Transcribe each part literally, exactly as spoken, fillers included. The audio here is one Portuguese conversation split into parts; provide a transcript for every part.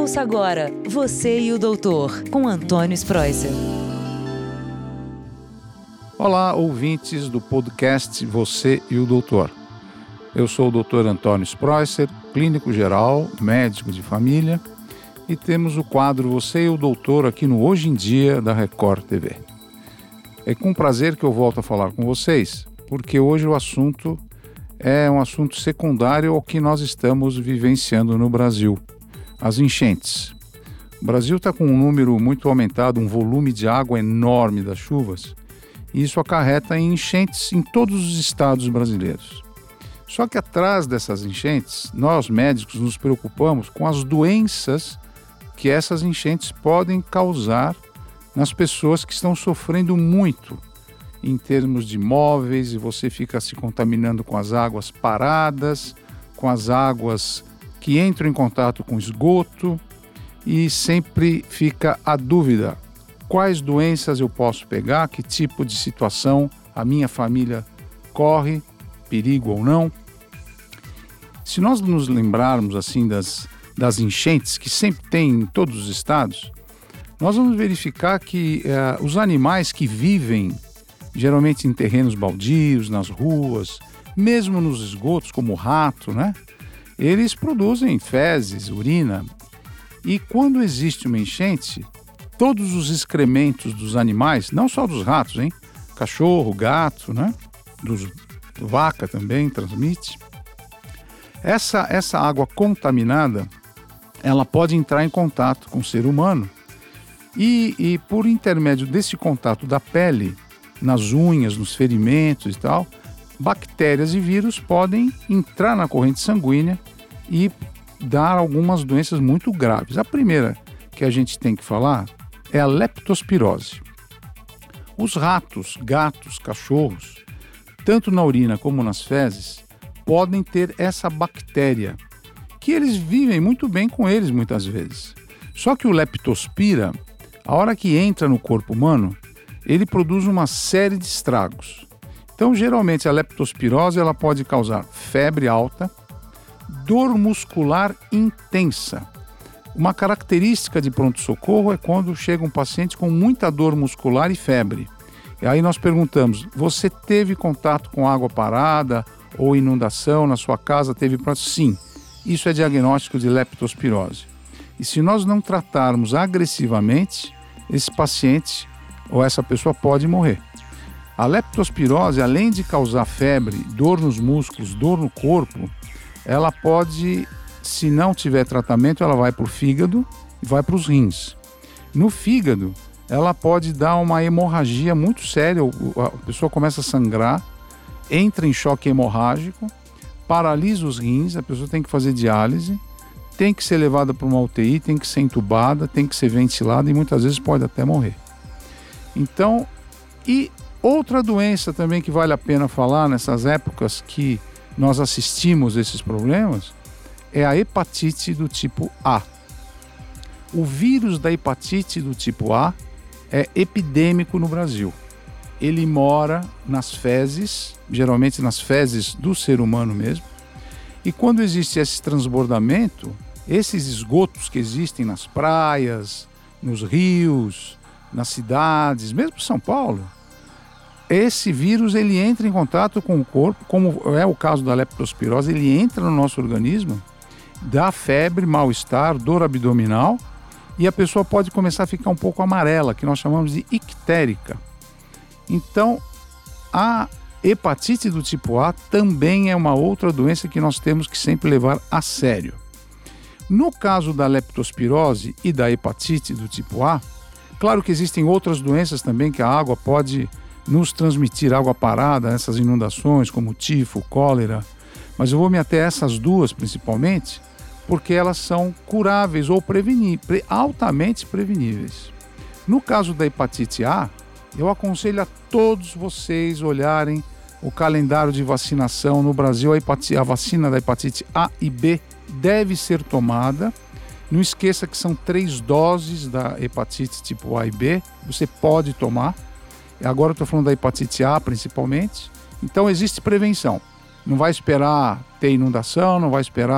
Ouça agora Você e o Doutor, com Antônio Spreuser. Olá, ouvintes do podcast Você e o Doutor. Eu sou o doutor Antônio Spreuser, clínico geral, médico de família, e temos o quadro Você e o Doutor aqui no Hoje em Dia da Record T V. É com prazer que eu volto a falar com vocês, porque hoje o assunto é um assunto secundário ao que nós estamos vivenciando no Brasil, as enchentes. O Brasil está com um número muito aumentado, um volume de água enorme das chuvas, e isso acarreta em enchentes em todos os estados brasileiros. Só que atrás dessas enchentes, nós médicos nos preocupamos com as doenças que essas enchentes podem causar nas pessoas que estão sofrendo muito em termos de móveis, e você fica se contaminando com as águas paradas, com as águas que entram em contato com esgoto, e sempre fica a dúvida: quais doenças eu posso pegar, que tipo de situação a minha família corre, perigo ou não. Se nós nos lembrarmos assim das, das enchentes que sempre tem em todos os estados, nós vamos verificar que eh, os animais que vivem geralmente em terrenos baldios, nas ruas, mesmo nos esgotos, como o rato, né? Eles produzem fezes, urina, e quando existe uma enchente, todos os excrementos dos animais, não só dos ratos, hein? Cachorro, gato, né? Dos, vaca também transmite. Essa, essa água contaminada, ela pode entrar em contato com o ser humano e, e por intermédio desse contato da pele, nas unhas, nos ferimentos e tal, bactérias e vírus podem entrar na corrente sanguínea e dar algumas doenças muito graves. A primeira que a gente tem que falar é a leptospirose. Os ratos, gatos, cachorros, tanto na urina como nas fezes, podem ter essa bactéria, que eles vivem muito bem com eles muitas vezes. Só que o leptospira, a hora que entra no corpo humano, ele produz uma série de estragos. Então, geralmente, a leptospirose ela pode causar febre alta, dor muscular intensa. Uma característica de pronto-socorro é quando chega um paciente com muita dor muscular e febre. E aí nós perguntamos: você teve contato com água parada ou inundação na sua casa? Teve? Sim, isso é diagnóstico de leptospirose. E se nós não tratarmos agressivamente, esse paciente ou essa pessoa pode morrer. A leptospirose, além de causar febre, dor nos músculos, dor no corpo, ela pode, se não tiver tratamento, ela vai para o fígado e vai para os rins. No fígado, ela pode dar uma hemorragia muito séria, a pessoa começa a sangrar, entra em choque hemorrágico, paralisa os rins, a pessoa tem que fazer diálise, tem que ser levada para uma U T I, tem que ser entubada, tem que ser ventilada e muitas vezes pode até morrer. Então, e outra doença também que vale a pena falar nessas épocas que nós assistimos esses problemas é a hepatite do tipo A. O vírus da hepatite do tipo A é epidêmico no Brasil. Ele mora nas fezes, geralmente nas fezes do ser humano mesmo, e quando existe esse transbordamento, esses esgotos que existem nas praias, nos rios, nas cidades, mesmo São Paulo, esse vírus ele entra em contato com o corpo, como é o caso da leptospirose, ele entra no nosso organismo, dá febre, mal-estar, dor abdominal, e a pessoa pode começar a ficar um pouco amarela, que nós chamamos de ictérica. Então, a hepatite do tipo A também é uma outra doença que nós temos que sempre levar a sério. No caso da leptospirose e da hepatite do tipo A, claro que existem outras doenças também que a água pode nos transmitir, água parada, essas inundações como tifo, cólera, mas eu vou me ater a essas duas principalmente, porque elas são curáveis ou preveni- altamente preveníveis. No caso da hepatite A, eu aconselho a todos vocês olharem o calendário de vacinação no Brasil. A, hepatite, a vacina da hepatite A e B deve ser tomada. Não esqueça que são três doses da hepatite tipo A e B, você pode tomar. Agora eu estou falando da hepatite A principalmente. Então existe prevenção. Não vai esperar ter inundação, não vai esperar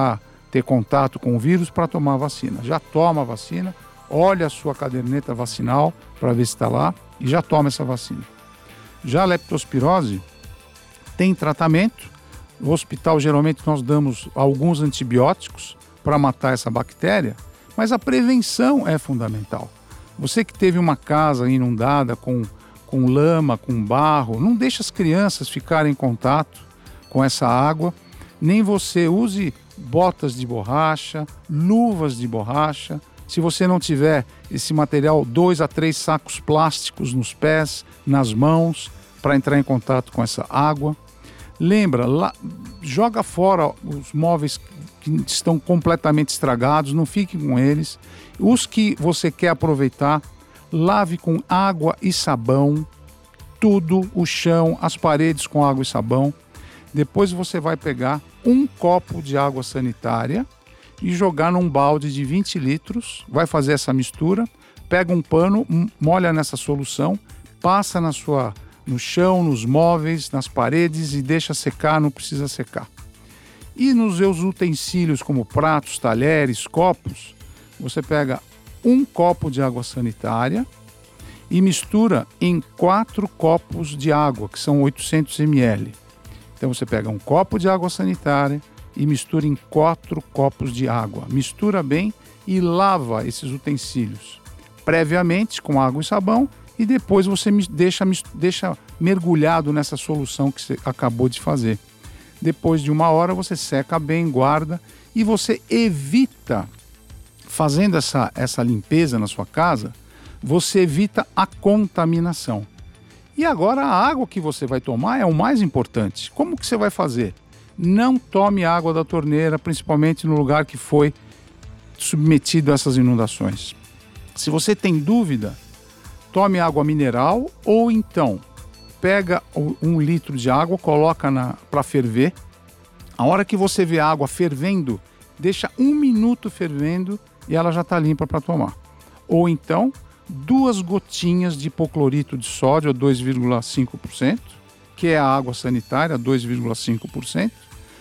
ter contato com o vírus para tomar a vacina. Já toma a vacina, olha a sua caderneta vacinal para ver se está lá e já toma essa vacina. Já a leptospirose tem tratamento. No hospital, geralmente, nós damos alguns antibióticos para matar essa bactéria, mas a prevenção é fundamental. Você que teve uma casa inundada com, com lama, com barro, não deixe as crianças ficarem em contato com essa água, nem você use botas de borracha, luvas de borracha. Se você não tiver esse material, dois a três sacos plásticos nos pés, nas mãos, para entrar em contato com essa água. Lembra, lá, joga fora os móveis que estão completamente estragados, não fique com eles. Os que você quer aproveitar, lave com água e sabão, tudo, o chão, as paredes com água e sabão. Depois você vai pegar um copo de água sanitária e jogar num balde de vinte litros, vai fazer essa mistura, pega um pano, molha nessa solução, passa na sua, no chão, nos móveis, nas paredes e deixa secar, não precisa secar. E nos seus utensílios como pratos, talheres, copos, você pega um copo de água sanitária e mistura em quatro copos de água, que são oitocentos mililitros. Então você pega um copo de água sanitária e mistura em quatro copos de água. Mistura bem e lava esses utensílios previamente com água e sabão e depois você deixa, deixa mergulhado nessa solução que você acabou de fazer. Depois de uma hora você seca bem, guarda e você evita, fazendo essa, essa limpeza na sua casa, você evita a contaminação. E agora a água que você vai tomar é o mais importante. Como que você vai fazer? Não tome água da torneira, principalmente no lugar que foi submetido a essas inundações. Se você tem dúvida, tome água mineral ou então pega um litro de água, coloca para ferver. A hora que você vê a água fervendo, deixa um minuto fervendo e ela já está limpa para tomar. Ou então duas gotinhas de hipoclorito de sódio a dois vírgula cinco por cento, que é a água sanitária, dois vírgula cinco por cento.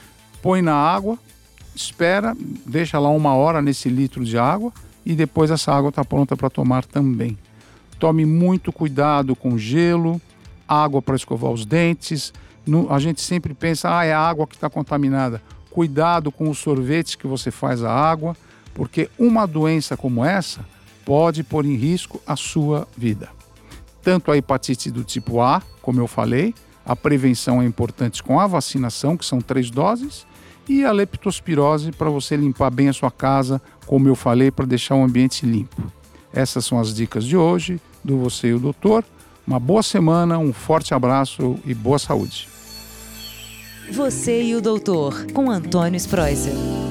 Põe na água, espera, deixa lá uma hora nesse litro de água e depois essa água está pronta para tomar também. Tome muito cuidado com gelo, água para escovar os dentes. No, a gente sempre pensa, ah, é a água que está contaminada. Cuidado com os sorvetes que você faz a água, porque uma doença como essa pode pôr em risco a sua vida. Tanto a hepatite do tipo A, como eu falei, a prevenção é importante com a vacinação, que são três doses, e a leptospirose para você limpar bem a sua casa, como eu falei, para deixar o ambiente limpo. Essas são as dicas de hoje, do Você e o Doutor. Uma boa semana, um forte abraço e boa saúde. Você e o Doutor, com Antônio Spreuser.